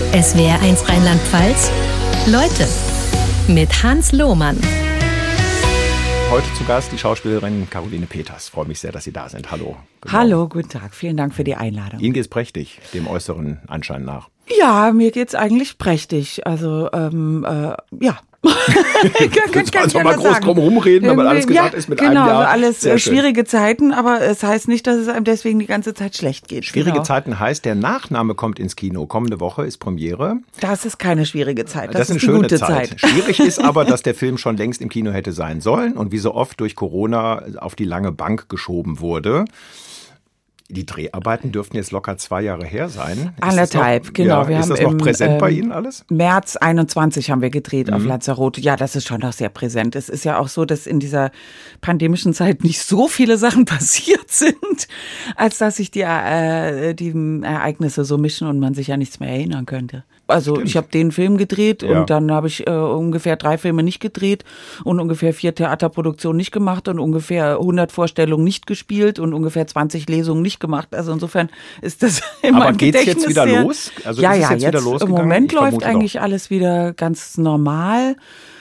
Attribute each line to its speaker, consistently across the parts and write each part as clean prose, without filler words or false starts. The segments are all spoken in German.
Speaker 1: SWR1 Rheinland-Pfalz. Leute mit Hans Lohmann.
Speaker 2: Heute zu Gast die Schauspielerin Caroline Peters. Freue mich sehr, dass Sie da sind. Hallo.
Speaker 3: Genau. Hallo, guten Tag. Vielen Dank für die Einladung.
Speaker 2: Ihnen geht's prächtig, dem äußeren Anschein nach.
Speaker 3: Ja, mir geht's eigentlich prächtig. Also, ja.
Speaker 2: Kannst du einfach mal groß drum rumreden, wenn man alles gesagt ist mit einem Jahr.
Speaker 3: Genau, alles schwierige Zeiten, aber es heißt nicht, dass es einem deswegen die ganze Zeit schlecht geht.
Speaker 2: Schwierige Zeiten heißt, der Nachname kommt ins Kino. Kommende Woche ist Premiere.
Speaker 3: Das ist keine schwierige Zeit,
Speaker 2: das ist
Speaker 3: die
Speaker 2: eine
Speaker 3: gute
Speaker 2: schöne Zeit. Schwierig ist aber, dass der Film schon längst im Kino hätte sein sollen und wie so oft durch Corona auf die lange Bank geschoben wurde. Die Dreharbeiten dürften jetzt locker 2 Jahre her sein.
Speaker 3: Anderthalb, genau.
Speaker 2: Ja, ist das noch präsent bei Ihnen alles?
Speaker 3: März 21 haben wir gedreht auf Lanzarote. Ja, das ist schon noch sehr präsent. Es ist ja auch so, dass in dieser pandemischen Zeit nicht so viele Sachen passiert sind, als dass sich die Ereignisse so mischen und man sich ja nichts mehr erinnern könnte. Also Stimmt. Ich habe den Film gedreht und dann habe ich ungefähr 3 Filme nicht gedreht und ungefähr 4 Theaterproduktionen nicht gemacht und ungefähr 100 Vorstellungen nicht gespielt und ungefähr 20 Lesungen nicht gemacht. Also insofern ist das in meinem Gedächtnis.
Speaker 2: Aber geht's jetzt wieder los? Also
Speaker 3: ja,
Speaker 2: ist
Speaker 3: ja,
Speaker 2: jetzt wieder losgegangen?
Speaker 3: Im Moment läuft eigentlich alles wieder ganz normal.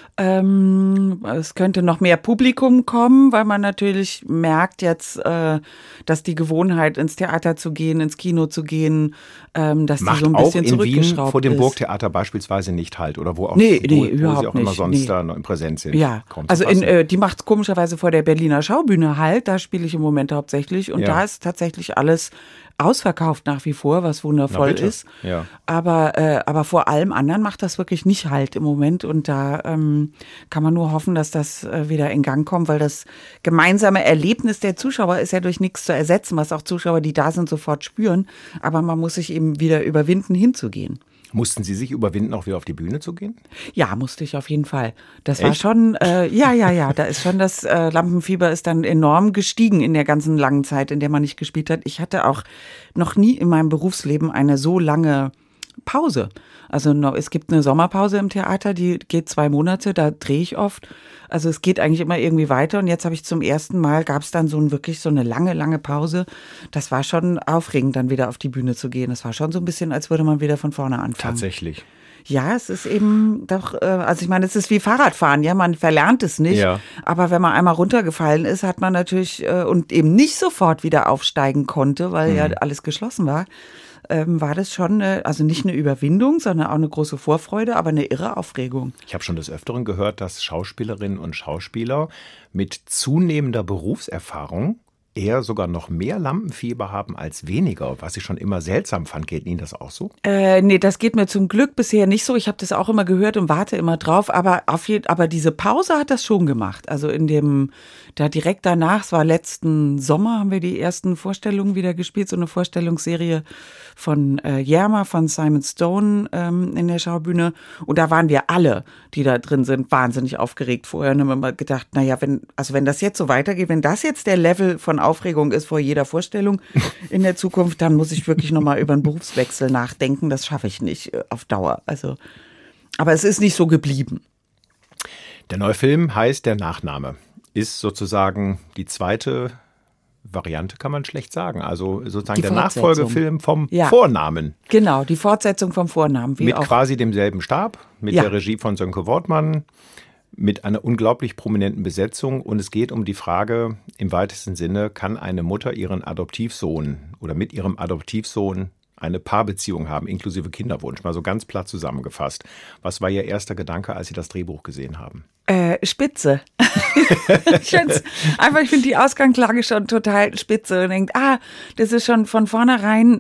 Speaker 3: Es könnte noch mehr Publikum kommen, weil man natürlich merkt jetzt, dass die Gewohnheit, ins Theater zu gehen, ins Kino zu gehen, dass die so ein bisschen zurückgeschraubt ist. Macht auch in Wien
Speaker 2: vor dem Burgtheater beispielsweise nicht halt? Oder wo
Speaker 3: nee,
Speaker 2: wo Sie auch
Speaker 3: nicht.
Speaker 2: immer sonst da noch in Präsenz sind?
Speaker 3: Ja, also die macht komischerweise vor der Berliner Schaubühne halt, da spiele ich im Moment hauptsächlich und da ist tatsächlich alles ausverkauft nach wie vor, was wundervoll ist.
Speaker 2: Ja.
Speaker 3: Aber vor allem anderen macht das wirklich nicht halt im Moment. Und da kann man nur hoffen, dass das wieder in Gang kommt, weil das gemeinsame Erlebnis der Zuschauer ist ja durch nichts zu ersetzen, was auch Zuschauer, die da sind, sofort spüren. Aber man muss sich eben wieder überwinden, hinzugehen.
Speaker 2: Mussten Sie sich überwinden, auch wieder auf die Bühne zu gehen?
Speaker 3: Ja, musste ich auf jeden Fall. Das war schon, ja, da ist schon das Lampenfieber ist dann enorm gestiegen in der ganzen langen Zeit, in der man nicht gespielt hat. Ich hatte auch noch nie in meinem Berufsleben eine so lange Pause. Also es gibt eine Sommerpause im Theater, die geht 2 Monate, da drehe ich oft. Also es geht eigentlich immer irgendwie weiter und jetzt habe ich zum ersten Mal, gab es dann wirklich so eine lange Pause. Das war schon aufregend, dann wieder auf die Bühne zu gehen. Das war schon so ein bisschen, als würde man wieder von vorne anfangen.
Speaker 2: Tatsächlich.
Speaker 3: Ja, es ist eben doch, also ich meine, es ist wie Fahrradfahren, ja, man verlernt es nicht. Ja. Aber wenn man einmal runtergefallen ist, hat man natürlich und eben nicht sofort wieder aufsteigen konnte, weil ja alles geschlossen war. War das schon, also nicht eine Überwindung, sondern auch eine große Vorfreude, aber eine irre Aufregung.
Speaker 2: Ich habe schon des Öfteren gehört, dass Schauspielerinnen und Schauspieler mit zunehmender Berufserfahrung eher sogar noch mehr Lampenfieber haben als weniger, was ich schon immer seltsam fand. Geht Ihnen das auch so?
Speaker 3: Nee, das geht mir zum Glück bisher nicht so. Ich habe das auch immer gehört und warte immer drauf. Aber diese Pause hat das schon gemacht. Also da direkt danach, es war letzten Sommer, haben wir die ersten Vorstellungen wieder gespielt. So eine Vorstellungsserie von Yerma, von Simon Stone in der Schaubühne. Und da waren wir alle, die da drin sind, wahnsinnig aufgeregt vorher. Und haben immer gedacht, naja, wenn das jetzt so weitergeht, wenn das jetzt der Level von Aufregung ist vor jeder Vorstellung in der Zukunft, dann muss ich wirklich nochmal über einen Berufswechsel nachdenken. Das schaffe ich nicht auf Dauer. Aber es ist nicht so geblieben.
Speaker 2: Der neue Film heißt Der Nachname. Ist sozusagen die zweite Variante, kann man schlecht sagen. Also sozusagen der Nachfolgefilm vom Vornamen.
Speaker 3: Genau, die Fortsetzung vom Vornamen.
Speaker 2: Mit quasi demselben Stab, mit der Regie von Sönke Wortmann, mit einer unglaublich prominenten Besetzung. Und es geht um die Frage, im weitesten Sinne, kann eine Mutter ihren Adoptivsohn oder mit ihrem Adoptivsohn eine Paarbeziehung haben, inklusive Kinderwunsch. Mal so ganz platt zusammengefasst. Was war Ihr erster Gedanke, als Sie das Drehbuch gesehen haben?
Speaker 3: Spitze. Ich finde die Ausgangslage schon total spitze und denkt, das ist schon von vornherein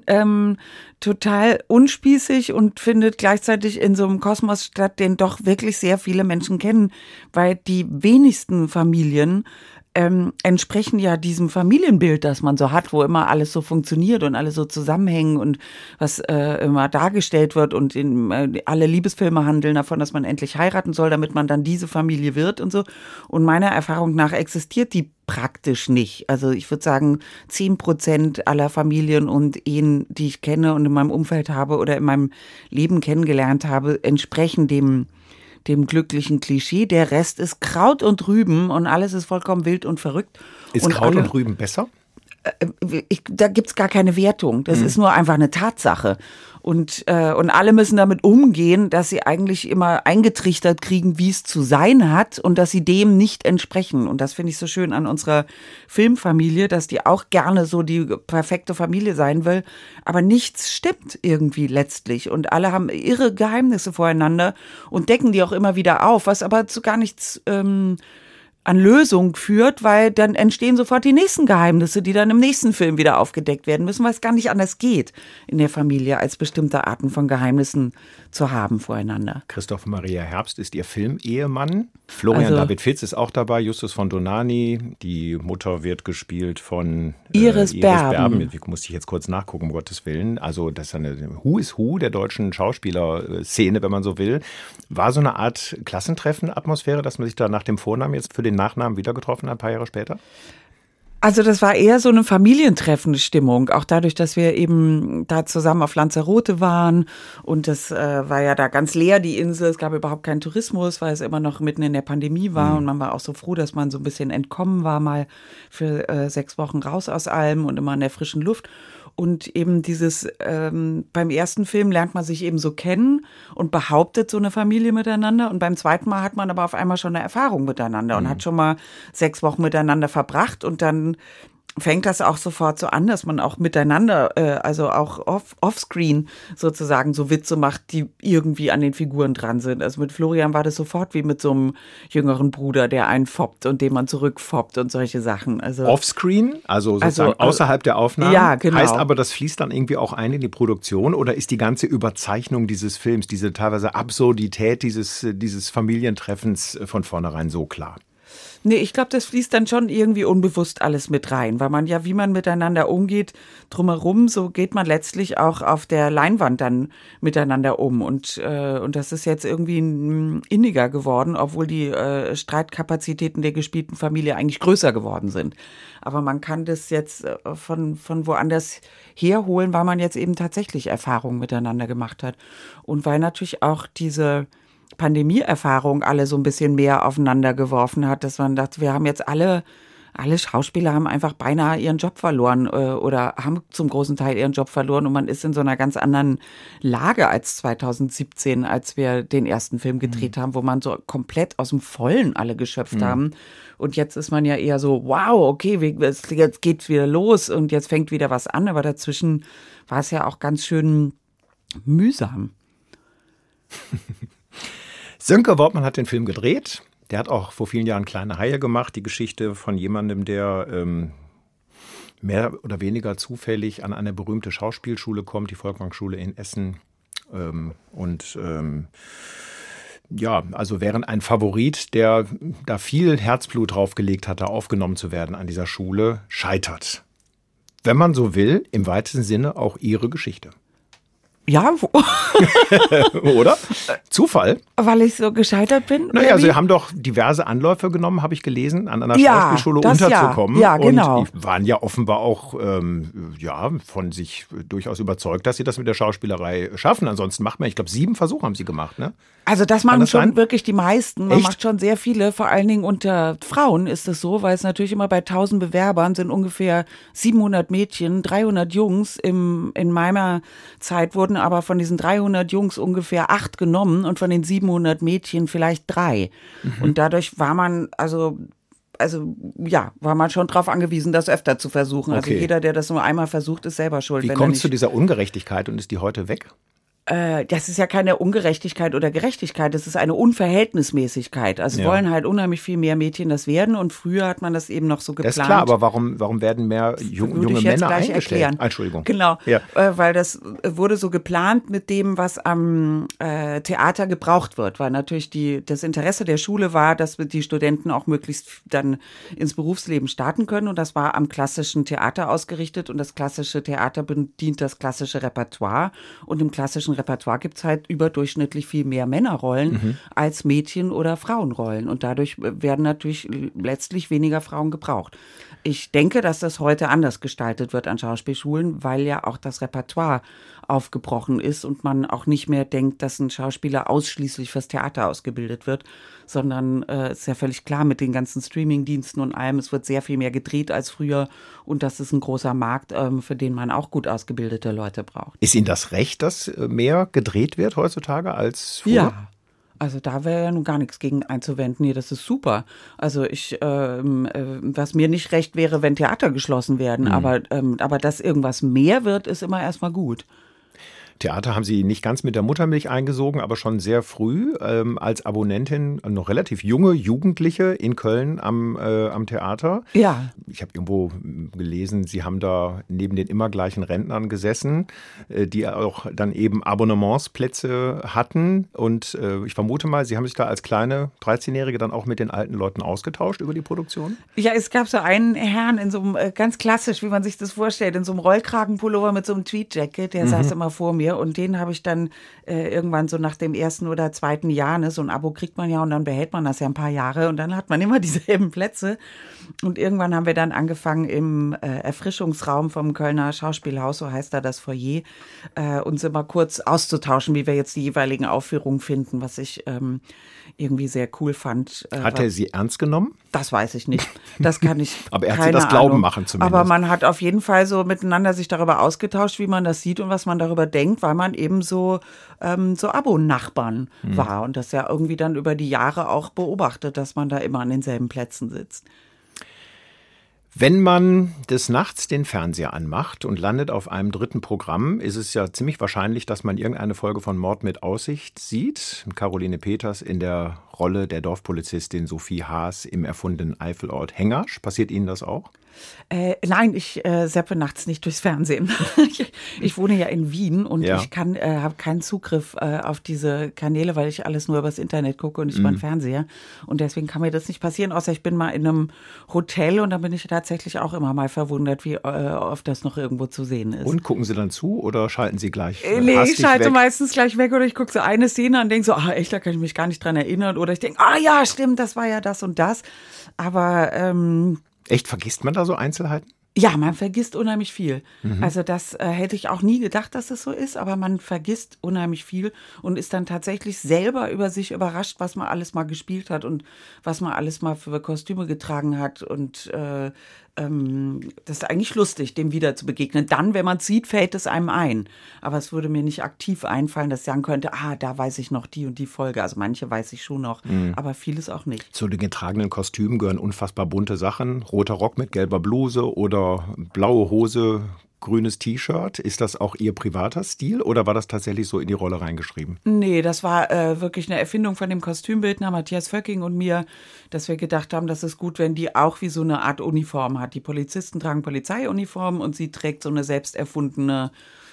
Speaker 3: total unspießig und findet gleichzeitig in so einem Kosmos statt, den doch wirklich sehr viele Menschen kennen, weil die wenigsten Familien entsprechen ja diesem Familienbild, das man so hat, wo immer alles so funktioniert und alles so zusammenhängen und was immer dargestellt wird und alle Liebesfilme handeln davon, dass man endlich heiraten soll, damit man dann diese Familie wird und so. Und meiner Erfahrung nach existiert die praktisch nicht. Also ich würde sagen, 10% aller Familien und Ehen, die ich kenne und in meinem Umfeld habe oder in meinem Leben kennengelernt habe, entsprechen dem glücklichen Klischee. Der Rest ist Kraut und Rüben und alles ist vollkommen wild und verrückt.
Speaker 2: Ist Kraut und Rüben besser?
Speaker 3: da gibt's gar keine Wertung. Das ist nur einfach eine Tatsache. Und alle müssen damit umgehen, dass sie eigentlich immer eingetrichtert kriegen, wie es zu sein hat und dass sie dem nicht entsprechen. Und das finde ich so schön an unserer Filmfamilie, dass die auch gerne so die perfekte Familie sein will. Aber nichts stimmt irgendwie letztlich. Und alle haben irre Geheimnisse voreinander und decken die auch immer wieder auf, was aber zu gar nichts an Lösung führt, weil dann entstehen sofort die nächsten Geheimnisse, die dann im nächsten Film wieder aufgedeckt werden müssen, weil es gar nicht anders geht in der Familie, als bestimmte Arten von Geheimnissen zu haben voreinander.
Speaker 2: Christoph Maria Herbst ist ihr Filmehemann. Florian David Fitz ist auch dabei, Justus von Donani. Die Mutter wird gespielt von
Speaker 3: Iris Berben.
Speaker 2: Ich muss jetzt kurz nachgucken, um Gottes Willen. Also das ist eine Who is Who der deutschen Schauspielerszene, wenn man so will. War so eine Art Klassentreffen-Atmosphäre, dass man sich da nach dem Vornamen jetzt für den Nachnamen wieder getroffen hat, ein paar Jahre später?
Speaker 3: Also das war eher so eine familientreffende Stimmung, auch dadurch, dass wir eben da zusammen auf Lanzarote waren und das war ja da ganz leer, die Insel, es gab überhaupt keinen Tourismus, weil es immer noch mitten in der Pandemie war und man war auch so froh, dass man so ein bisschen entkommen war, mal für 6 Wochen raus aus allem und immer in der frischen Luft. Und eben dieses, beim ersten Film lernt man sich eben so kennen und behauptet so eine Familie miteinander. Und beim zweiten Mal hat man aber auf einmal schon eine Erfahrung miteinander und hat schon mal 6 Wochen miteinander verbracht. Und dann fängt das auch sofort so an, dass man auch miteinander, also auch offscreen sozusagen so Witze macht, die irgendwie an den Figuren dran sind. Also mit Florian war das sofort wie mit so einem jüngeren Bruder, der einen foppt und den man zurückfoppt und solche Sachen. Also
Speaker 2: Offscreen, also sozusagen außerhalb der Aufnahmen.
Speaker 3: Ja, genau.
Speaker 2: Heißt aber, das fließt dann irgendwie auch ein in die Produktion oder ist die ganze Überzeichnung dieses Films, diese teilweise Absurdität dieses Familientreffens von vornherein so klar?
Speaker 3: Nee, ich glaube, das fließt dann schon irgendwie unbewusst alles mit rein, weil man ja, wie man miteinander umgeht, drumherum, so geht man letztlich auch auf der Leinwand dann miteinander um. Und das ist jetzt irgendwie inniger geworden, obwohl die Streitkapazitäten der gespielten Familie eigentlich größer geworden sind. Aber man kann das jetzt von woanders herholen, weil man jetzt eben tatsächlich Erfahrungen miteinander gemacht hat. Und weil natürlich auch diese Pandemieerfahrung alle so ein bisschen mehr aufeinander geworfen hat, dass man dachte, wir haben jetzt alle Schauspieler haben einfach beinahe ihren Job verloren oder haben zum großen Teil ihren Job verloren und man ist in so einer ganz anderen Lage als 2017, als wir den ersten Film gedreht haben, wo man so komplett aus dem Vollen alle geschöpft haben. Und jetzt ist man ja eher so, wow, okay, jetzt geht's wieder los und jetzt fängt wieder was an, aber dazwischen war es ja auch ganz schön mühsam.
Speaker 2: Sönke Wortmann hat den Film gedreht. Der hat auch vor vielen Jahren Kleine Haie gemacht. Die Geschichte von jemandem, der mehr oder weniger zufällig an eine berühmte Schauspielschule kommt, die Volkwang-Schule in Essen. Also während ein Favorit, der da viel Herzblut draufgelegt hatte, aufgenommen zu werden an dieser Schule, scheitert. Wenn man so will, im weitesten Sinne auch ihre Geschichte.
Speaker 3: Ja,
Speaker 2: oder? Zufall.
Speaker 3: Weil ich so gescheitert bin?
Speaker 2: Naja, sie haben doch diverse Anläufe genommen, habe ich gelesen, an einer Schauspielschule unterzukommen.
Speaker 3: Ja, genau.
Speaker 2: Und die waren ja offenbar auch von sich durchaus überzeugt, dass sie das mit der Schauspielerei schaffen. Ansonsten macht man, ich glaube, 7 Versuche haben sie gemacht, ne?
Speaker 3: Also das machen schon wirklich die meisten. Man
Speaker 2: Echt?
Speaker 3: macht schon sehr viele, vor allen Dingen unter Frauen ist es so, weil es natürlich immer bei 1000 Bewerbern sind ungefähr 700 Mädchen, 300 Jungs. In meiner Zeit wurden aber von diesen 300 Jungs ungefähr 8 genommen und von den 700 Mädchen vielleicht 3. Und dadurch war man war man schon drauf angewiesen, das öfter zu versuchen. Also jeder, der das nur einmal versucht, ist selber schuld.
Speaker 2: Wie kommt es zu dieser Ungerechtigkeit und ist die heute weg?
Speaker 3: Das ist ja keine Ungerechtigkeit oder Gerechtigkeit, das ist eine Unverhältnismäßigkeit. Also wollen halt unheimlich viel mehr Mädchen das werden und früher hat man das eben noch so geplant.
Speaker 2: Das ist klar, aber warum werden mehr junge Männer eingestellt? Entschuldigung.
Speaker 3: Genau, ja. Weil das wurde so geplant mit dem, was am Theater gebraucht wird, weil natürlich das Interesse der Schule war, dass die Studenten auch möglichst dann ins Berufsleben starten können und das war am klassischen Theater ausgerichtet und das klassische Theater bedient das klassische Repertoire und im klassischen Repertoire gibt es halt überdurchschnittlich viel mehr Männerrollen als Mädchen- oder Frauenrollen. Und dadurch werden natürlich letztlich weniger Frauen gebraucht. Ich denke, dass das heute anders gestaltet wird an Schauspielschulen, weil ja auch das Repertoire aufgebrochen ist und man auch nicht mehr denkt, dass ein Schauspieler ausschließlich fürs Theater ausgebildet wird, sondern ist ja völlig klar mit den ganzen Streamingdiensten und allem, es wird sehr viel mehr gedreht als früher und das ist ein großer Markt, für den man auch gut ausgebildete Leute braucht.
Speaker 2: Ist Ihnen das recht, dass mehr gedreht wird heutzutage als früher?
Speaker 3: Ja. Also da wäre ja nun gar nichts gegen einzuwenden. Nee, das ist super. Also was mir nicht recht wäre, wenn Theater geschlossen werden, aber dass irgendwas mehr wird, ist immer erstmal gut.
Speaker 2: Theater haben Sie nicht ganz mit der Muttermilch eingesogen, aber schon sehr früh als Abonnentin, noch relativ junge Jugendliche in Köln am Theater.
Speaker 3: Ja.
Speaker 2: Ich habe irgendwo gelesen, Sie haben da neben den immer gleichen Rentnern gesessen, die auch dann eben Abonnementsplätze hatten. Und ich vermute mal, Sie haben sich da als kleine 13-Jährige dann auch mit den alten Leuten ausgetauscht über die Produktion?
Speaker 3: Ja, es gab so einen Herrn in so einem, ganz klassisch, wie man sich das vorstellt, in so einem Rollkragenpullover mit so einem Tweedjacket, der saß immer vor mir. Und den habe ich dann irgendwann so nach dem 1. oder 2. Jahr, ne, so ein Abo kriegt man ja und dann behält man das ja ein paar Jahre und dann hat man immer dieselben Plätze. Und irgendwann haben wir dann angefangen im Erfrischungsraum vom Kölner Schauspielhaus, so heißt da das Foyer, uns immer kurz auszutauschen, wie wir jetzt die jeweiligen Aufführungen finden, was ich irgendwie sehr cool fand.
Speaker 2: Hat er Sie ernst genommen?
Speaker 3: Das weiß ich nicht. Das kann ich.
Speaker 2: Aber er hat Sie das Glauben machen zumindest.
Speaker 3: Aber man hat auf jeden Fall so miteinander sich darüber ausgetauscht, wie man das sieht und was man darüber denkt, weil man eben so Abo-Nachbarn war und das ja irgendwie dann über die Jahre auch beobachtet, dass man da immer an denselben Plätzen sitzt.
Speaker 2: Wenn man des Nachts den Fernseher anmacht und landet auf einem dritten Programm, ist es ja ziemlich wahrscheinlich, dass man irgendeine Folge von Mord mit Aussicht sieht. Caroline Peters in der Rolle der Dorfpolizistin Sophie Haas im erfundenen Eifelort Hengasch. Passiert Ihnen das auch?
Speaker 3: Nein, ich zappe nachts nicht durchs Fernsehen. Ich wohne ja in Wien und ich habe keinen Zugriff auf diese Kanäle, weil ich alles nur übers Internet gucke und nicht über den Fernseher. Und deswegen kann mir das nicht passieren, außer ich bin mal in einem Hotel und da bin ich tatsächlich auch immer mal verwundert, wie oft das noch irgendwo zu sehen ist.
Speaker 2: Und gucken Sie dann zu oder schalten Sie gleich
Speaker 3: Nee, ich schalte meistens gleich weg oder ich gucke so eine Szene und denke so, echt, da kann ich mich gar nicht dran erinnern. Oder ich denke, ja, stimmt, das war ja das und das. Aber
Speaker 2: echt, vergisst man da so Einzelheiten?
Speaker 3: Ja, man vergisst unheimlich viel. Also das hätte ich auch nie gedacht, dass das so ist, aber man vergisst unheimlich viel und ist dann tatsächlich selber über sich überrascht, was man alles mal gespielt hat und was man alles mal für Kostüme getragen hat. Und das ist eigentlich lustig, dem wieder zu begegnen. Dann, wenn man es sieht, fällt es einem ein. Aber es würde mir nicht aktiv einfallen, dass ich sagen könnte, da weiß ich noch die und die Folge. Also manche weiß ich schon noch, aber vieles auch nicht.
Speaker 2: Zu den getragenen Kostümen gehören unfassbar bunte Sachen. Roter Rock mit gelber Bluse oder blaue Hose, grünes T-Shirt. Ist das auch Ihr privater Stil oder war das tatsächlich so in die Rolle reingeschrieben?
Speaker 3: Nee, das war wirklich eine Erfindung von dem Kostümbildner Matthias Vöcking und mir, dass wir gedacht haben, das ist gut, wenn die auch wie so eine Art Uniform hat. Die Polizisten tragen Polizeiuniformen und sie trägt so eine selbst erfundene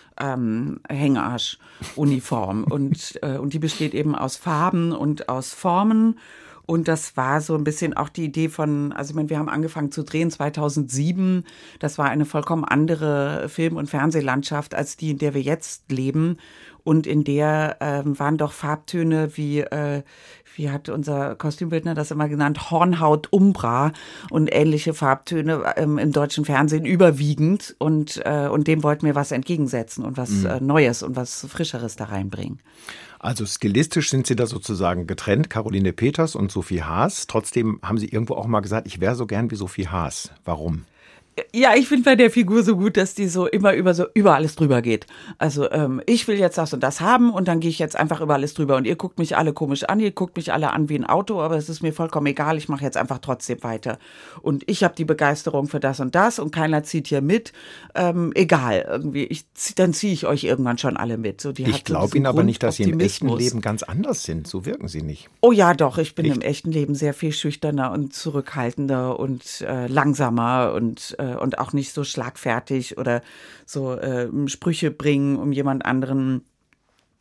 Speaker 3: Hängarsch-Uniform. und die besteht eben aus Farben und aus Formen. Und das war so ein bisschen auch die Idee also ich meine, wir haben angefangen zu drehen 2007. Das war eine vollkommen andere Film- und Fernsehlandschaft als die, in der wir jetzt leben. Und in der waren doch Farbtöne wie hat unser Kostümbildner das immer genannt, Hornhaut Umbra und ähnliche Farbtöne im deutschen Fernsehen überwiegend. Und dem wollten wir was entgegensetzen und was Neues und was Frischeres da reinbringen.
Speaker 2: Also stilistisch sind Sie da sozusagen getrennt, Caroline Peters und Sophie Haas. Trotzdem haben Sie irgendwo auch mal gesagt, ich wäre so gern wie Sophie Haas. Warum?
Speaker 3: Ja, ich finde bei der Figur so gut, dass die so immer über alles drüber geht. Also ich will jetzt das und das haben und dann gehe ich jetzt einfach über alles drüber und ihr guckt mich alle komisch an, ihr guckt mich alle an wie ein Auto, aber es ist mir vollkommen egal, ich mache jetzt einfach trotzdem weiter. Und ich habe die Begeisterung für das und keiner zieht hier mit, egal, irgendwie, dann ziehe ich euch irgendwann schon alle mit. So,
Speaker 2: ich glaube Ihnen aber nicht, dass Sie im echten Leben ganz anders sind, so wirken Sie nicht.
Speaker 3: Oh ja, doch, ich bin im echten Leben sehr viel schüchterner und zurückhaltender und langsamer und auch nicht so schlagfertig oder so Sprüche bringen, um jemand anderen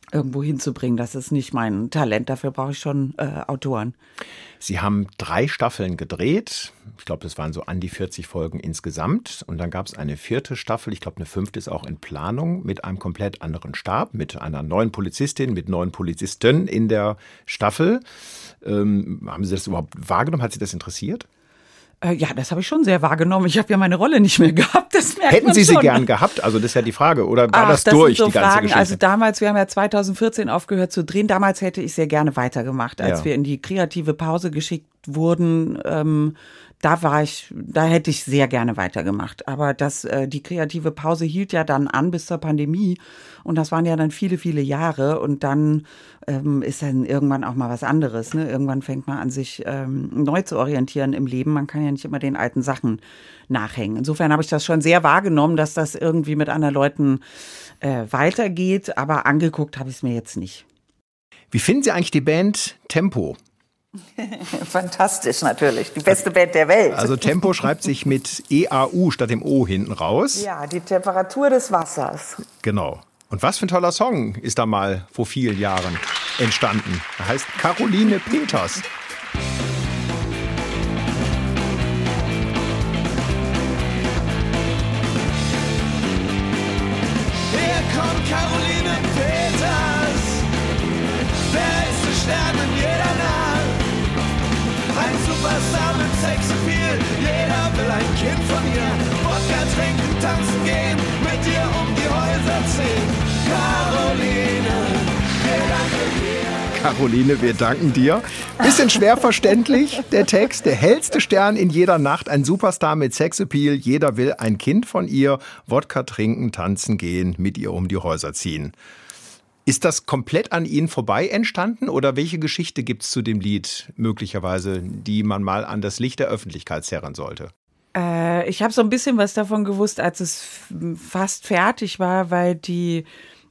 Speaker 3: irgendwo hinzubringen. Das ist nicht mein Talent. Dafür brauche ich schon Autoren.
Speaker 2: Sie haben 3 Staffeln gedreht. Ich glaube, das waren so an die 40 Folgen insgesamt. Und dann gab es eine 4. Staffel. Ich glaube, eine 5. ist auch in Planung mit einem komplett anderen Stab, mit einer neuen Polizistin, mit 9 Polizisten in der Staffel. Haben Sie das überhaupt wahrgenommen? Hat Sie das interessiert?
Speaker 3: Ja, das habe ich schon sehr wahrgenommen. Ich habe ja meine Rolle nicht mehr gehabt. Das merkt
Speaker 2: Hätten
Speaker 3: man
Speaker 2: Sie
Speaker 3: schon.
Speaker 2: sie gern gehabt? Also das ist ja die Frage. Oder war das
Speaker 3: das
Speaker 2: durch,
Speaker 3: sind so
Speaker 2: die ganze
Speaker 3: Fragen.
Speaker 2: Geschichte?
Speaker 3: Also damals, wir haben ja 2014 aufgehört zu drehen. Damals hätte ich sehr gerne weitergemacht. Als wir in die kreative Pause geschickt wurden, da hätte ich sehr gerne weitergemacht. Aber die kreative Pause hielt ja dann an bis zur Pandemie. Und das waren ja dann viele, viele Jahre. Und dann ist dann irgendwann auch mal was anderes. Ne? Irgendwann fängt man an, sich neu zu orientieren im Leben. Man kann ja nicht immer den alten Sachen nachhängen. Insofern habe ich das schon sehr wahrgenommen, dass das irgendwie mit anderen Leuten weitergeht. Aber angeguckt habe ich es mir jetzt nicht.
Speaker 2: Wie finden Sie eigentlich die Band Tempo?
Speaker 3: Fantastisch natürlich, die beste Band der Welt.
Speaker 2: Also Tempo schreibt sich mit EAU statt dem O hinten raus.
Speaker 3: Ja, die Temperatur des Wassers.
Speaker 2: Genau. Und was für ein toller Song ist da mal vor vielen Jahren entstanden. Er heißt Caroline Peters.
Speaker 4: Hier kommt Caroline Peters, der hellste Stern in jeder Nacht. Ein Superstar mit Sexappeal, jeder will ein Kind von ihr. Wodka trinken, tanzen gehen, mit ihr um die Häuser ziehen. Caroline, wir danken dir.
Speaker 2: Caroline, wir danken dir. Bisschen schwer verständlich, der Text. Der hellste Stern in jeder Nacht, ein Superstar mit Sexappeal. Jeder will ein Kind von ihr. Wodka trinken, tanzen gehen, mit ihr um die Häuser ziehen. Ist das komplett an Ihnen vorbei entstanden oder welche Geschichte gibt es zu dem Lied möglicherweise, die man mal an das Licht der Öffentlichkeit zerren sollte?
Speaker 3: Ich habe so ein bisschen was davon gewusst, als es fast fertig war, weil die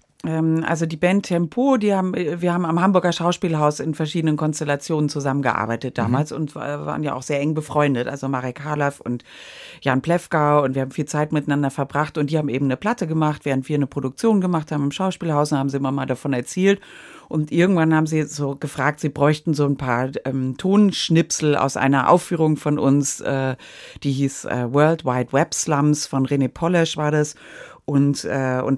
Speaker 3: Band Tempo, wir haben am Hamburger Schauspielhaus in verschiedenen Konstellationen zusammengearbeitet damals und waren ja auch sehr eng befreundet. Also Marek Harlaff und Jan Plewka und wir haben viel Zeit miteinander verbracht und die haben eben eine Platte gemacht, während wir eine Produktion gemacht haben im Schauspielhaus und haben sie immer mal davon erzählt. Und irgendwann haben sie so gefragt, sie bräuchten so ein paar Tonschnipsel aus einer Aufführung von uns, die hieß World Wide Web Slums von René Polesch war das. Und so, und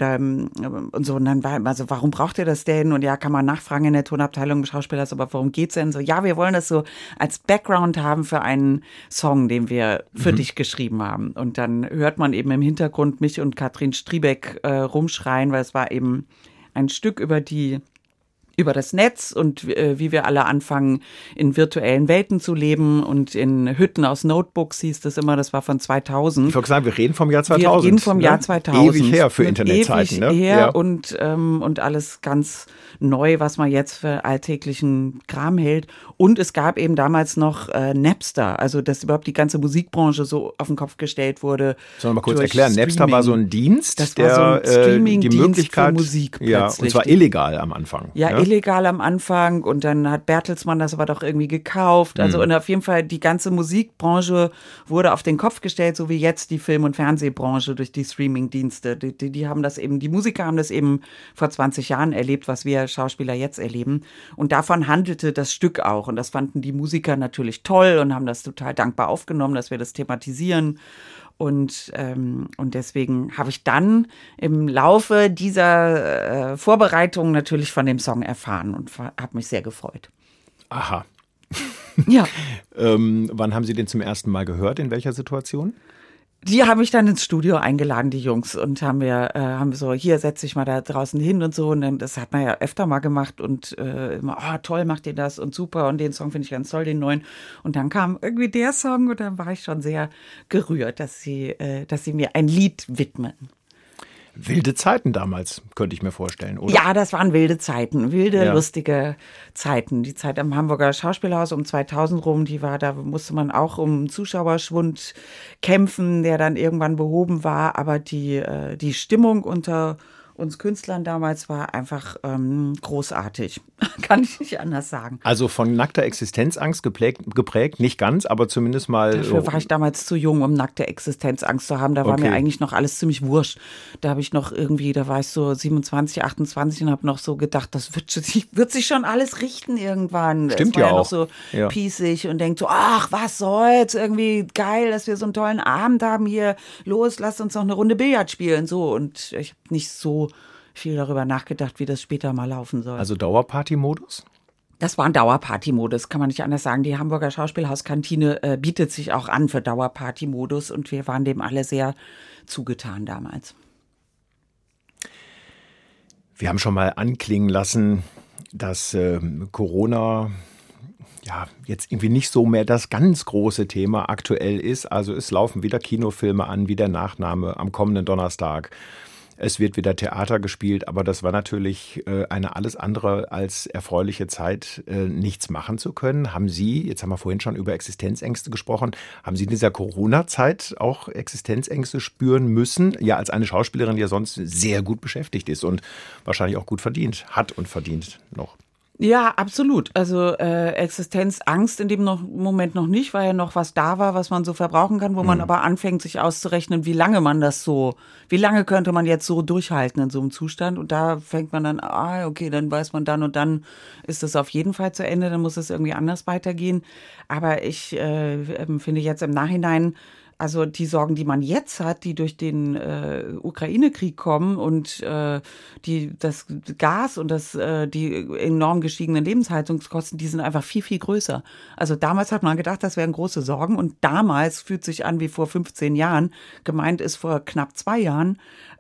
Speaker 3: dann war immer so, warum braucht ihr das denn? Und ja, kann man nachfragen in der Tonabteilung des Schauspielers, aber worum geht's denn? So, ja, wir wollen das so als Background haben für einen Song, den wir für dich geschrieben haben. Und dann hört man eben im Hintergrund mich und Katrin Striebeck rumschreien, weil es war eben ein Stück über das Netz und wie wir alle anfangen, in virtuellen Welten zu leben und in Hütten aus Notebooks hieß das immer, das war von 2000.
Speaker 2: Ich wollte sagen, wir reden vom Jahr 2000.
Speaker 3: Wir reden vom Jahr 2000.
Speaker 2: Ewig her für Internetzeiten.
Speaker 3: Ewig her und alles ganz neu, was man jetzt für alltäglichen Kram hält. Und es gab eben damals noch Napster, also dass überhaupt die ganze Musikbranche so auf den Kopf gestellt wurde.
Speaker 2: Sollen wir mal kurz erklären, Napster war so ein Dienst,
Speaker 3: das war so ein Streaming-Dienst
Speaker 2: die Möglichkeit,
Speaker 3: für Musik plötzlich.
Speaker 2: Ja, und zwar illegal am Anfang.
Speaker 3: Ja, illegal am Anfang und dann hat Bertelsmann das aber doch irgendwie gekauft. Also und auf jeden Fall die ganze Musikbranche wurde auf den Kopf gestellt, so wie jetzt die Film- und Fernsehbranche durch die Streaming-Dienste. Die haben das eben, die Musiker haben das eben vor 20 Jahren erlebt, was wir Schauspieler jetzt erleben. Und davon handelte das Stück auch. Und das fanden die Musiker natürlich toll und haben das total dankbar aufgenommen, dass wir das thematisieren. Und deswegen habe ich dann im Laufe dieser Vorbereitung natürlich von dem Song erfahren und habe mich sehr gefreut.
Speaker 2: Aha.
Speaker 3: Ja.
Speaker 2: Wann haben Sie den zum ersten Mal gehört? In welcher Situation?
Speaker 3: Die haben mich dann ins Studio eingeladen, die Jungs, und haben so, hier setz dich mal da draußen hin und so. Und dann, das hat man ja öfter mal gemacht und immer, oh, toll, macht ihr das und super und den Song finde ich ganz toll, den neuen. Und dann kam irgendwie der Song und dann war ich schon sehr gerührt, dass sie mir ein Lied widmen.
Speaker 2: Wilde Zeiten damals, könnte ich mir vorstellen, oder?
Speaker 3: Ja, das waren wilde Zeiten, lustige Zeiten. Die Zeit am Hamburger Schauspielhaus um 2000 rum, da musste man auch um Zuschauerschwund kämpfen, der dann irgendwann behoben war. Aber die Stimmung unter uns Künstlern damals war einfach großartig. Kann ich nicht anders sagen.
Speaker 2: Also von nackter Existenzangst geprägt, nicht ganz, aber zumindest mal.
Speaker 3: Dafür war ich damals zu jung, um nackte Existenzangst zu haben. Da war mir eigentlich noch alles ziemlich wurscht. Da habe ich noch irgendwie, da war ich so 27, 28 und habe noch so gedacht, das wird sich schon alles richten irgendwann.
Speaker 2: Stimmt
Speaker 3: es war
Speaker 2: ja auch.
Speaker 3: Noch so pießig und denkt so, ach, was soll's, irgendwie geil, dass wir so einen tollen Abend haben hier. Los, lasst uns noch eine Runde Billard spielen. So, und ich habe nicht so viel darüber nachgedacht, wie das später mal laufen soll.
Speaker 2: Also Dauerparty-Modus?
Speaker 3: Das war ein Dauerparty-Modus, kann man nicht anders sagen. Die Hamburger Schauspielhauskantine bietet sich auch an für Dauerparty-Modus und wir waren dem alle sehr zugetan damals.
Speaker 2: Wir haben schon mal anklingen lassen, dass Corona jetzt irgendwie nicht so mehr das ganz große Thema aktuell ist. Also es laufen wieder Kinofilme an, wie der Nachname am kommenden Donnerstag. Es wird wieder Theater gespielt, aber das war natürlich eine alles andere als erfreuliche Zeit, nichts machen zu können. Haben Sie, jetzt haben wir vorhin schon über Existenzängste gesprochen, haben Sie in dieser Corona-Zeit auch Existenzängste spüren müssen? Ja, als eine Schauspielerin, die ja sonst sehr gut beschäftigt ist und wahrscheinlich auch gut verdient, hat und verdient noch.
Speaker 3: Ja, absolut. Also Existenzangst in dem Moment noch nicht, weil ja noch was da war, was man so verbrauchen kann, wo man aber anfängt, sich auszurechnen, wie lange könnte man jetzt so durchhalten in so einem Zustand. Und da fängt man dann, okay, dann weiß man dann und dann ist das auf jeden Fall zu Ende, dann muss es irgendwie anders weitergehen. Aber ich finde jetzt im Nachhinein, also die Sorgen, die man jetzt hat, die durch den Ukraine-Krieg kommen und das Gas und die enorm gestiegenen Lebenshaltungskosten, die sind einfach viel, viel größer. Also damals hat man gedacht, das wären große Sorgen und damals fühlt sich an wie vor 15 Jahren, gemeint ist vor knapp 2 Jahren.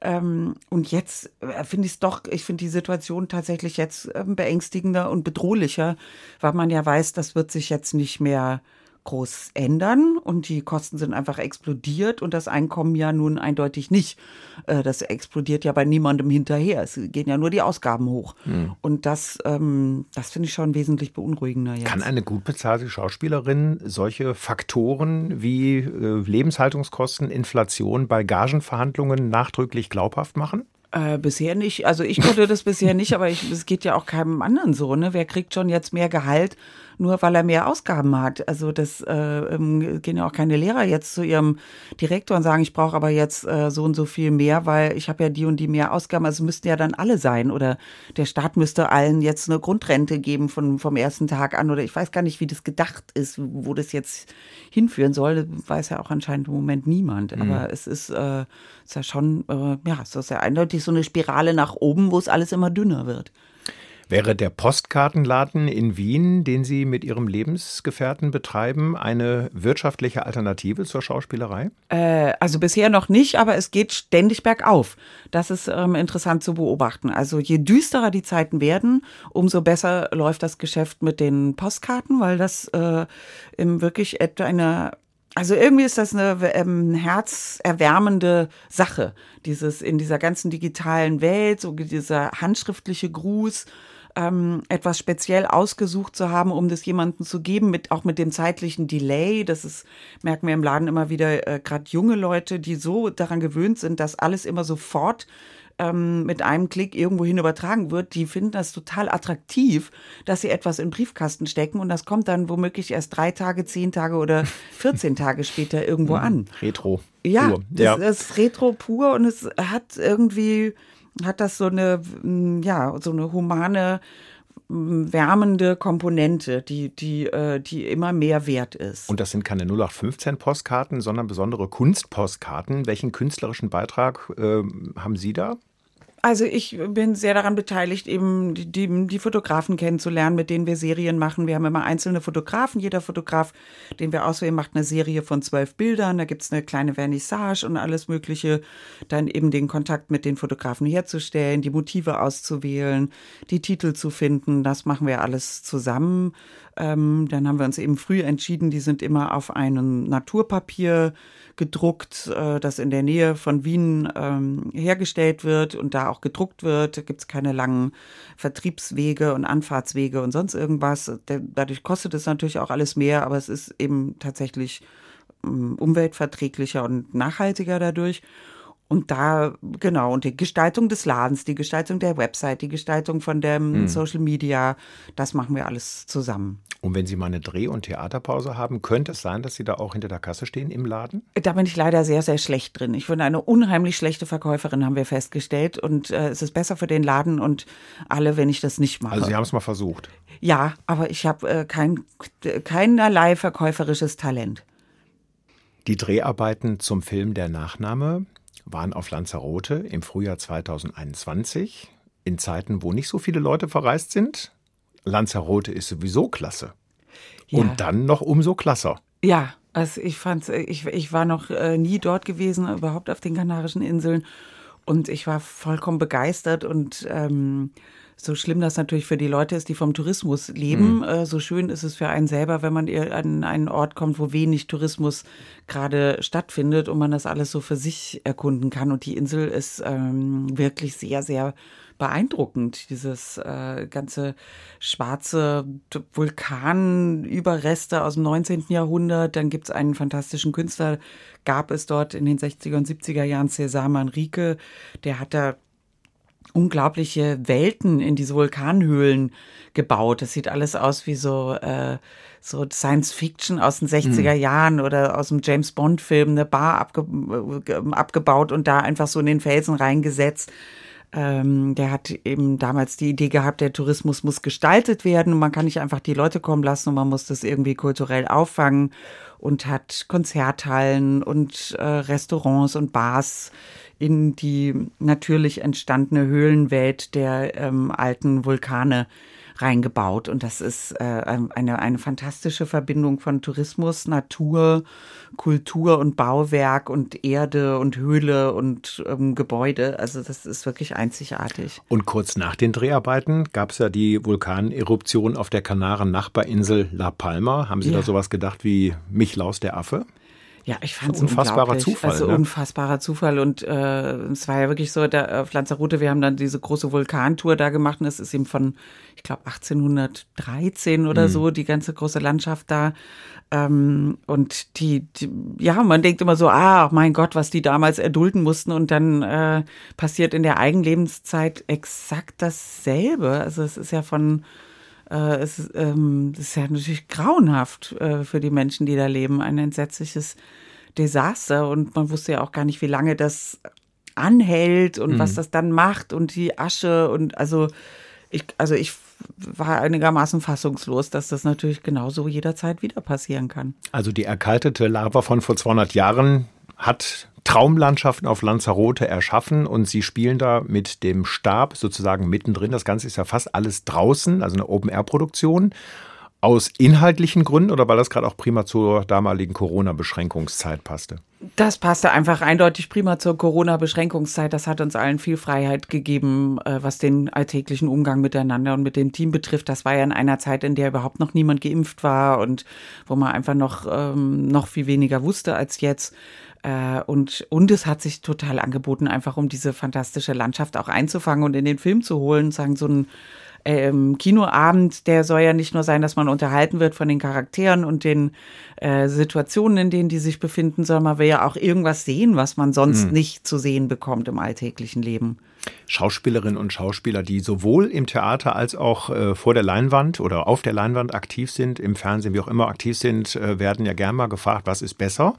Speaker 3: Und jetzt finde ich finde die Situation tatsächlich jetzt beängstigender und bedrohlicher, weil man ja weiß, das wird sich jetzt nicht mehr groß ändern und die Kosten sind einfach explodiert und das Einkommen ja nun eindeutig nicht. Das explodiert ja bei niemandem hinterher. Es gehen ja nur die Ausgaben hoch. Und das finde ich schon wesentlich beunruhigender jetzt.
Speaker 2: Kann eine gut bezahlte Schauspielerin solche Faktoren wie Lebenshaltungskosten, Inflation bei Gagenverhandlungen nachdrücklich glaubhaft machen?
Speaker 3: Bisher nicht. Also ich konnte das bisher nicht, aber es geht ja auch keinem anderen so. Ne? Wer kriegt schon jetzt mehr Gehalt, nur weil er mehr Ausgaben hat? Also das gehen ja auch keine Lehrer jetzt zu ihrem Direktor und sagen, ich brauche aber jetzt so und so viel mehr, weil ich habe ja die und die mehr Ausgaben. Also müssten ja dann alle sein. Oder der Staat müsste allen jetzt eine Grundrente geben vom ersten Tag an. Oder ich weiß gar nicht, wie das gedacht ist, wo das jetzt hinführen soll. Das weiß ja auch anscheinend im Moment niemand. Aber es ist ja schon, es ist ja eindeutig so eine Spirale nach oben, wo es alles immer dünner wird.
Speaker 2: Wäre der Postkartenladen in Wien, den Sie mit Ihrem Lebensgefährten betreiben, eine wirtschaftliche Alternative zur Schauspielerei?
Speaker 3: Also bisher noch nicht, aber es geht ständig bergauf. Das ist interessant zu beobachten. Also je düsterer die Zeiten werden, umso besser läuft das Geschäft mit den Postkarten, weil das wirklich also irgendwie ist das eine herzerwärmende Sache, in dieser ganzen digitalen Welt, so dieser handschriftliche Gruß, etwas speziell ausgesucht zu haben, um das jemandem zu geben, auch mit dem zeitlichen Delay. Merken wir im Laden immer wieder, gerade junge Leute, die so daran gewöhnt sind, dass alles immer sofort mit einem Klick irgendwohin übertragen wird, die finden das total attraktiv, dass sie etwas in den Briefkasten stecken und das kommt dann womöglich erst 3 Tage, 10 Tage oder 14 Tage später irgendwo an.
Speaker 2: Retro.
Speaker 3: Ja,
Speaker 2: pur.
Speaker 3: Das ist Retro pur und es hat das so eine humane, wärmende Komponente, die immer mehr wert ist.
Speaker 2: Und das sind keine 0815-Postkarten, sondern besondere Kunstpostkarten. Welchen künstlerischen Beitrag haben Sie da?
Speaker 3: Also ich bin sehr daran beteiligt, eben die Fotografen kennenzulernen, mit denen wir Serien machen. Wir haben immer einzelne Fotografen. Jeder Fotograf, den wir auswählen, macht eine Serie von 12 Bildern. Da gibt's eine kleine Vernissage und alles Mögliche. Dann eben den Kontakt mit den Fotografen herzustellen, die Motive auszuwählen, die Titel zu finden. Das machen wir alles zusammen. Dann haben wir uns eben früh entschieden, die sind immer auf einem Naturpapier gedruckt, das in der Nähe von Wien hergestellt wird und da auch gedruckt wird. Da gibt's keine langen Vertriebswege und Anfahrtswege und sonst irgendwas. Dadurch kostet es natürlich auch alles mehr, aber es ist eben tatsächlich umweltverträglicher und nachhaltiger dadurch. Und da, genau, und die Gestaltung des Ladens, die Gestaltung der Website, die Gestaltung von dem Social Media, das machen wir alles zusammen.
Speaker 2: Und wenn Sie mal eine Dreh- und Theaterpause haben, könnte es sein, dass Sie da auch hinter der Kasse stehen im Laden?
Speaker 3: Da bin ich leider sehr, sehr schlecht drin. Ich bin eine unheimlich schlechte Verkäuferin, haben wir festgestellt. Und es ist besser für den Laden und alle, wenn ich das nicht mache.
Speaker 2: Also Sie haben es mal versucht?
Speaker 3: Ja, aber ich habe keinerlei verkäuferisches Talent.
Speaker 2: Die Dreharbeiten zum Film Der Nachname waren auf Lanzarote im Frühjahr 2021, in Zeiten, wo nicht so viele Leute verreist sind. Lanzarote ist sowieso klasse.
Speaker 3: Ja.
Speaker 2: Und dann noch umso klasser.
Speaker 3: Ja, also ich war noch nie dort gewesen, überhaupt auf den Kanarischen Inseln. Und ich war vollkommen begeistert und so schlimm das natürlich für die Leute ist, die vom Tourismus leben, so schön ist es für einen selber, wenn man an einen Ort kommt, wo wenig Tourismus gerade stattfindet und man das alles so für sich erkunden kann. Und die Insel ist wirklich sehr, sehr beeindruckend. Dieses ganze schwarze Vulkanüberreste aus dem 19. Jahrhundert. Dann gibt es einen fantastischen Künstler, gab es dort in den 60er und 70er Jahren, César Manrique, der hat da unglaubliche Welten in diese Vulkanhöhlen gebaut. Das sieht alles aus wie so Science-Fiction aus den 60er Jahren oder aus dem James-Bond-Film, eine Bar abgebaut und da einfach so in den Felsen reingesetzt. Der hat eben damals die Idee gehabt, der Tourismus muss gestaltet werden und man kann nicht einfach die Leute kommen lassen und man muss das irgendwie kulturell auffangen und hat Konzerthallen und Restaurants und Bars in die natürlich entstandene Höhlenwelt der alten Vulkane reingebaut. Und das ist eine fantastische Verbindung von Tourismus, Natur, Kultur und Bauwerk und Erde und Höhle und Gebäude. Also das ist wirklich einzigartig.
Speaker 2: Und kurz nach den Dreharbeiten gab es ja die Vulkaneruption auf der Kanaren-Nachbarinsel La Palma. Haben Sie da sowas gedacht wie Michlaus der Affe?
Speaker 3: Ja, ich fand es
Speaker 2: unfassbarer Zufall.
Speaker 3: Also unfassbarer Zufall. Und es war ja wirklich so, auf Lanzarote, wir haben dann diese große Vulkantour da gemacht. Und es ist eben von, ich glaube, 1813 oder so, die ganze große Landschaft da. Und man denkt immer so, mein Gott, was die damals erdulden mussten. Und dann passiert in der Eigenlebenszeit exakt dasselbe. Also es ist ja das ist ja natürlich grauenhaft für die Menschen, die da leben. Ein entsetzliches Desaster. Und man wusste ja auch gar nicht, wie lange das anhält und was das dann macht und die Asche. Und ich war einigermaßen fassungslos, dass das natürlich genauso jederzeit wieder passieren kann.
Speaker 2: Also die erkaltete Lava von vor 200 Jahren hat Traumlandschaften auf Lanzarote erschaffen und Sie spielen da mit dem Stab sozusagen mittendrin. Das Ganze ist ja fast alles draußen, also eine Open-Air-Produktion. Aus inhaltlichen Gründen oder weil das gerade auch prima zur damaligen Corona-Beschränkungszeit passte? Das
Speaker 3: passte einfach eindeutig prima zur Corona-Beschränkungszeit. Das hat uns allen viel Freiheit gegeben, was den alltäglichen Umgang miteinander und mit dem Team betrifft. Das war ja in einer Zeit, in der überhaupt noch niemand geimpft war und wo man einfach noch viel weniger wusste als jetzt. Und es hat sich total angeboten, einfach um diese fantastische Landschaft auch einzufangen und in den Film zu holen. Sagen, so ein Kinoabend, der soll ja nicht nur sein, dass man unterhalten wird von den Charakteren und den Situationen, in denen die sich befinden, sondern man will ja auch irgendwas sehen, was man sonst nicht zu sehen bekommt im alltäglichen Leben.
Speaker 2: Schauspielerinnen und Schauspieler, die sowohl im Theater als auch vor der Leinwand oder auf der Leinwand aktiv sind, im Fernsehen, wie auch immer aktiv sind, werden ja gern mal gefragt, was ist besser?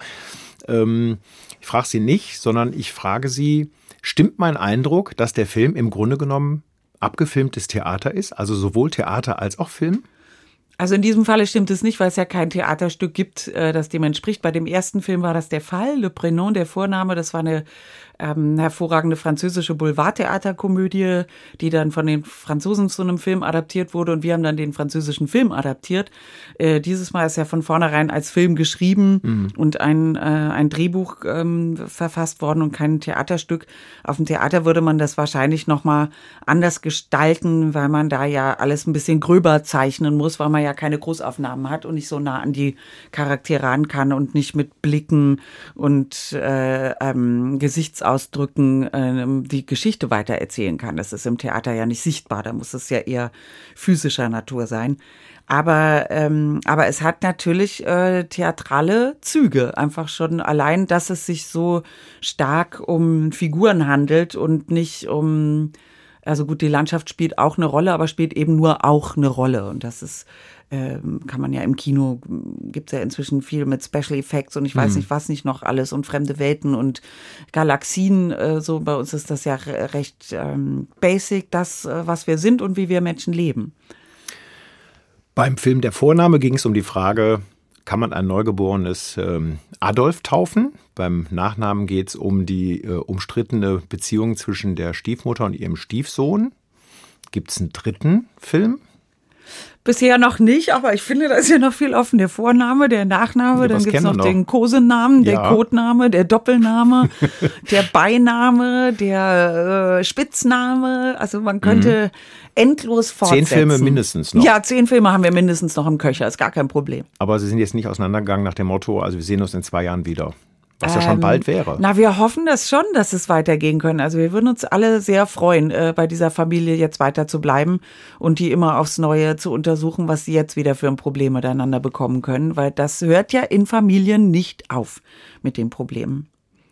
Speaker 2: Ich frage Sie nicht, sondern ich frage Sie, stimmt mein Eindruck, dass der Film im Grunde genommen abgefilmtes Theater ist, also sowohl Theater als auch Film?
Speaker 3: Also in diesem Falle stimmt es nicht, weil es ja kein Theaterstück gibt, das dem entspricht. Bei dem ersten Film war das der Fall. Le Prénom, der Vorname, das war eine hervorragende französische Boulevardtheaterkomödie, die dann von den Franzosen zu einem Film adaptiert wurde und wir haben dann den französischen Film adaptiert. Dieses Mal ist ja von vornherein als Film geschrieben und ein Drehbuch verfasst worden und kein Theaterstück. Auf dem Theater würde man das wahrscheinlich nochmal anders gestalten, weil man da ja alles ein bisschen gröber zeichnen muss, weil man ja keine Großaufnahmen hat und nicht so nah an die Charaktere ran kann und nicht mit Blicken und Gesichtsausdrücken Gesichtsausdrücken die Geschichte weitererzählen kann. Das ist im Theater ja nicht sichtbar, da muss es ja eher physischer Natur sein. Aber es hat natürlich theatrale Züge, einfach schon allein, dass es sich so stark um Figuren handelt und nicht also gut, die Landschaft spielt auch eine Rolle, aber spielt eben nur auch eine Rolle. Und das ist, kann man ja im Kino, gibt's ja inzwischen viel mit Special Effects und ich weiß nicht, was nicht noch alles und fremde Welten und Galaxien. So bei uns ist das ja recht basic, das, was wir sind und wie wir Menschen leben.
Speaker 2: Beim Film Der Vorname ging es um die Frage, kann man ein Neugeborenes Adolf taufen? Beim Nachnamen geht es um die umstrittene Beziehung zwischen der Stiefmutter und ihrem Stiefsohn. Gibt es einen dritten Film?
Speaker 3: Bisher noch nicht, aber ich finde, da ist ja noch viel offen. Der Vorname, der Nachname,
Speaker 2: Ja,
Speaker 3: dann gibt es noch
Speaker 2: noch
Speaker 3: den Kosenamen, der
Speaker 2: Ja.
Speaker 3: Codename, der Doppelname, der Beiname, der Spitzname. Also man könnte endlos fortsetzen.
Speaker 2: 10 Filme mindestens noch.
Speaker 3: Ja, 10 Filme haben wir mindestens noch im Köcher, ist gar kein Problem.
Speaker 2: Aber sie sind jetzt nicht auseinandergegangen nach dem Motto, also wir sehen uns in 2 Jahren wieder. Was ja schon bald wäre.
Speaker 3: Na, wir hoffen das schon, dass es weitergehen können. Also wir würden uns alle sehr freuen, bei dieser Familie jetzt weiter zu bleiben und die immer aufs Neue zu untersuchen, was sie jetzt wieder für ein Problem miteinander bekommen können, weil das hört ja in Familien nicht auf mit den Problemen.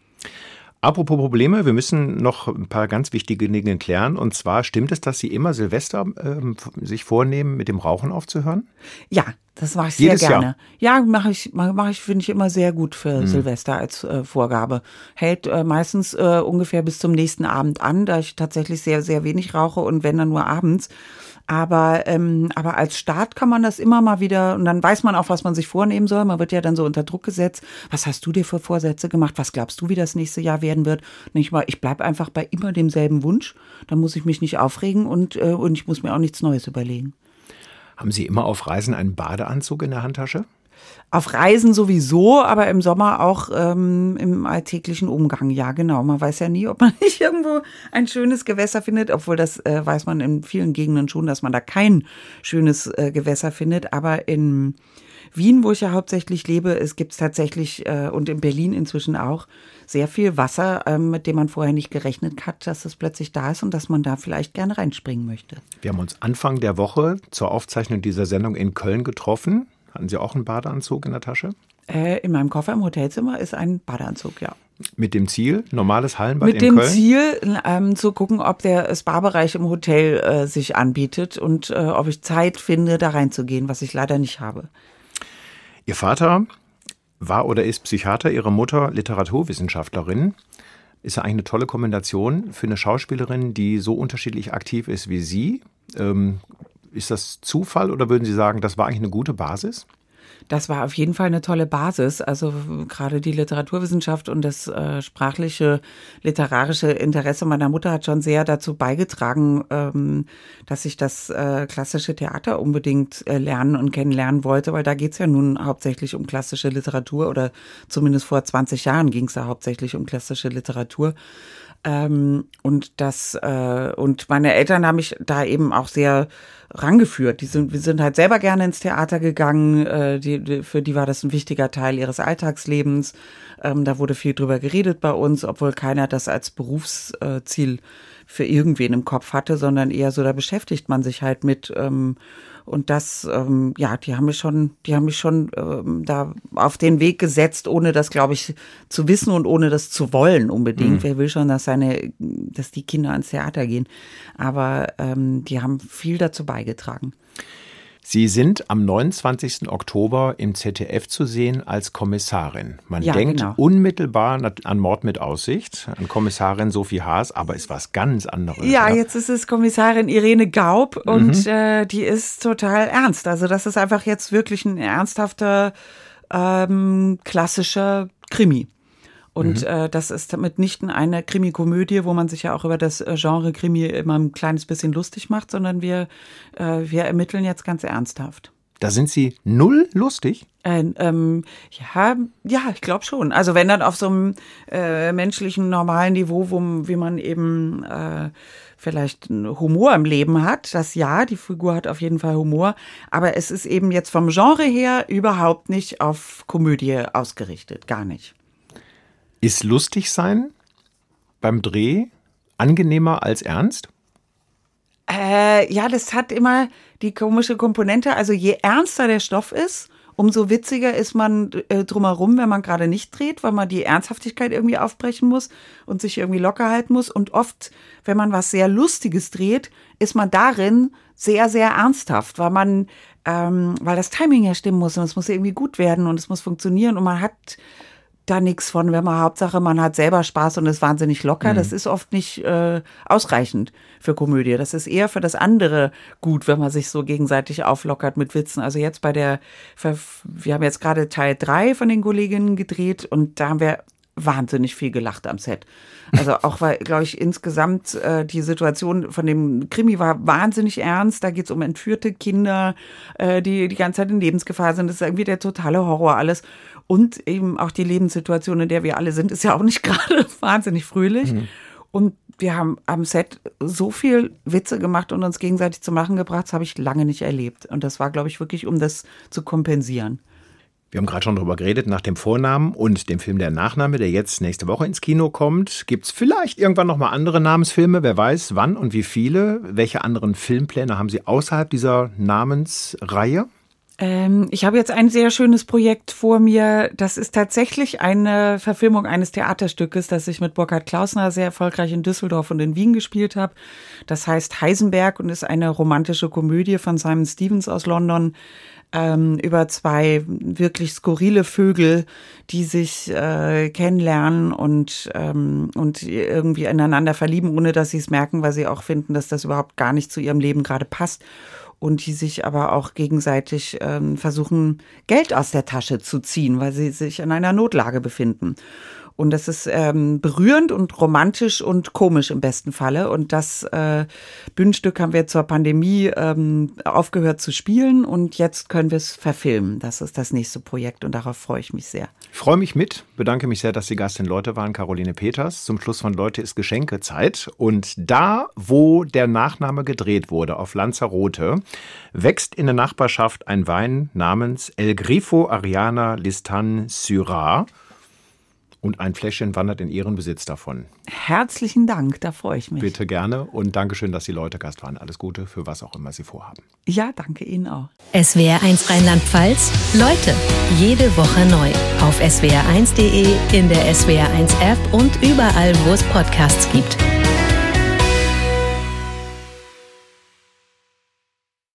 Speaker 2: Apropos Probleme, wir müssen noch ein paar ganz wichtige Dinge klären. Und zwar stimmt es, dass Sie immer Silvester sich vornehmen, mit dem Rauchen aufzuhören?
Speaker 3: Ja, das mache ich sehr
Speaker 2: Jedes
Speaker 3: gerne. Ja, mache ich, finde ich immer sehr gut für Silvester als Vorgabe. Hält meistens ungefähr bis zum nächsten Abend an, da ich tatsächlich sehr, sehr wenig rauche und wenn dann nur abends. Aber als Start kann man das immer mal wieder, und dann weiß man auch, was man sich vornehmen soll. Man wird ja dann so unter Druck gesetzt. Was hast du dir für Vorsätze gemacht? Was glaubst du, wie das nächste Jahr werden wird? Nicht mal, ich bleibe einfach bei immer demselben Wunsch. Dann muss ich mich nicht aufregen und ich muss mir auch nichts Neues überlegen.
Speaker 2: Haben Sie immer auf Reisen einen Badeanzug in der Handtasche?
Speaker 3: Auf Reisen sowieso, aber im Sommer auch im alltäglichen Umgang. Ja, genau. Man weiß ja nie, ob man nicht irgendwo ein schönes Gewässer findet, obwohl das weiß man in vielen Gegenden schon, dass man da kein schönes Gewässer findet. Aber in Wien, wo ich ja hauptsächlich lebe, es gibt tatsächlich und in Berlin inzwischen auch sehr viel Wasser, mit dem man vorher nicht gerechnet hat, dass es plötzlich da ist und dass man da vielleicht gerne reinspringen möchte.
Speaker 2: Wir haben uns Anfang der Woche zur Aufzeichnung dieser Sendung in Köln getroffen. Hatten Sie auch einen Badeanzug in der Tasche?
Speaker 3: In meinem Koffer im Hotelzimmer ist ein Badeanzug, ja.
Speaker 2: Mit dem Ziel, normales Hallenbad
Speaker 3: Mit
Speaker 2: in
Speaker 3: dem
Speaker 2: Köln?
Speaker 3: Ziel, zu gucken, ob der Spa-Bereich im Hotel sich anbietet und ob ich Zeit finde, da reinzugehen, was ich leider nicht habe.
Speaker 2: Ihr Vater war oder ist Psychiater, Ihre Mutter Literaturwissenschaftlerin. Ist ja eigentlich eine tolle Kombination für eine Schauspielerin, die so unterschiedlich aktiv ist wie Sie. Ist das Zufall oder würden Sie sagen, das war eigentlich eine gute Basis?
Speaker 3: Das war auf jeden Fall eine tolle Basis. Also gerade die Literaturwissenschaft und das sprachliche, literarische Interesse meiner Mutter hat schon sehr dazu beigetragen, dass ich das klassische Theater unbedingt lernen und kennenlernen wollte, weil da geht's ja nun hauptsächlich um klassische Literatur oder zumindest vor 20 Jahren ging es ja hauptsächlich um klassische Literatur. Und meine Eltern haben mich da eben auch sehr rangeführt. Wir sind halt selber gerne ins Theater gegangen. Für die war das ein wichtiger Teil ihres Alltagslebens. Da wurde viel drüber geredet bei uns, obwohl keiner das als Berufsziel für irgendwen im Kopf hatte, sondern eher so, da beschäftigt man sich halt mit. Und das, die haben mich schon da auf den Weg gesetzt, ohne das, glaube ich, zu wissen und ohne das zu wollen unbedingt. Wer will schon, dass die Kinder ans Theater gehen? Aber die haben viel dazu beigetragen.
Speaker 2: Sie sind am 29. Oktober im ZDF zu sehen als Kommissarin. Man denkt unmittelbar an Mord mit Aussicht, an Kommissarin Sophie Haas, aber ist was ganz anderes.
Speaker 3: Ja, jetzt ist es Kommissarin Irene Gaub und die ist total ernst. Also das ist einfach jetzt wirklich ein ernsthafter, klassischer Krimi. Und das ist mitnichten eine Krimi-Komödie, wo man sich ja auch über das Genre Krimi immer ein kleines bisschen lustig macht, sondern wir ermitteln jetzt ganz ernsthaft.
Speaker 2: Da sind Sie null lustig?
Speaker 3: Ja, ich glaube schon. Also wenn dann auf so einem menschlichen, normalen Niveau, wie man eben vielleicht einen Humor im Leben hat, die Figur hat auf jeden Fall Humor, aber es ist eben jetzt vom Genre her überhaupt nicht auf Komödie ausgerichtet, gar nicht.
Speaker 2: Ist lustig sein beim Dreh angenehmer als ernst?
Speaker 3: Ja, das hat immer die komische Komponente. Also je ernster der Stoff ist, umso witziger ist man drumherum, wenn man gerade nicht dreht, weil man die Ernsthaftigkeit irgendwie aufbrechen muss und sich irgendwie locker halten muss. Und oft, wenn man was sehr Lustiges dreht, ist man darin sehr, sehr ernsthaft, weil das Timing ja stimmen muss und es muss irgendwie gut werden und es muss funktionieren und man hat da nichts von, wenn man Hauptsache, man hat selber Spaß und ist wahnsinnig locker. Das ist oft nicht ausreichend für Komödie. Das ist eher für das andere gut, wenn man sich so gegenseitig auflockert mit Witzen. Also jetzt wir haben jetzt gerade Teil 3 von den Kolleginnen gedreht und da haben wir wahnsinnig viel gelacht am Set. Also auch, weil, glaube ich, insgesamt die Situation von dem Krimi war wahnsinnig ernst. Da geht es um entführte Kinder, die die ganze Zeit in Lebensgefahr sind. Das ist irgendwie der totale Horror alles. Und eben auch die Lebenssituation, in der wir alle sind, ist ja auch nicht gerade wahnsinnig fröhlich. Mhm. Und wir haben am Set so viel Witze gemacht und uns gegenseitig zum Lachen gebracht, das habe ich lange nicht erlebt. Und das war, glaube ich, wirklich, um das zu kompensieren.
Speaker 2: Wir haben gerade schon darüber geredet, nach dem Vornamen und dem Film Der Nachname, der jetzt nächste Woche ins Kino kommt. Gibt es vielleicht irgendwann noch mal andere Namensfilme? Wer weiß, wann und wie viele? Welche anderen Filmpläne haben Sie außerhalb dieser Namensreihe?
Speaker 3: Ich habe jetzt ein sehr schönes Projekt vor mir. Das ist tatsächlich eine Verfilmung eines Theaterstückes, das ich mit Burkhard Klausner sehr erfolgreich in Düsseldorf und in Wien gespielt habe. Das heißt Heisenberg und ist eine romantische Komödie von Simon Stevens aus London über zwei wirklich skurrile Vögel, die sich kennenlernen und irgendwie ineinander verlieben, ohne dass sie es merken, weil sie auch finden, dass das überhaupt gar nicht zu ihrem Leben gerade passt. Und die sich aber auch gegenseitig versuchen, Geld aus der Tasche zu ziehen, weil sie sich in einer Notlage befinden. Und das ist berührend und romantisch und komisch im besten Falle. Und das Bühnenstück haben wir zur Pandemie aufgehört zu spielen und jetzt können wir es verfilmen. Das ist das nächste Projekt und darauf freue ich mich sehr.
Speaker 2: Ich freue mich mit, bedanke mich sehr, dass Sie Gast in Leute waren, Caroline Peters. Zum Schluss von Leute ist Geschenkezeit. Und da, wo der Nachname gedreht wurde, auf Lanzarote, wächst in der Nachbarschaft ein Wein namens El Grifo Ariana Listan Syrah. Und ein Fläschchen wandert in Ihren Besitz davon.
Speaker 3: Herzlichen Dank, da freue ich mich.
Speaker 2: Bitte gerne und Dankeschön, dass Sie Leute Gast waren. Alles Gute für was auch immer Sie vorhaben.
Speaker 3: Ja, danke Ihnen auch.
Speaker 1: SWR1 Rheinland-Pfalz, Leute, jede Woche neu. Auf swr1.de, in der SWR1 App und überall, wo es Podcasts gibt.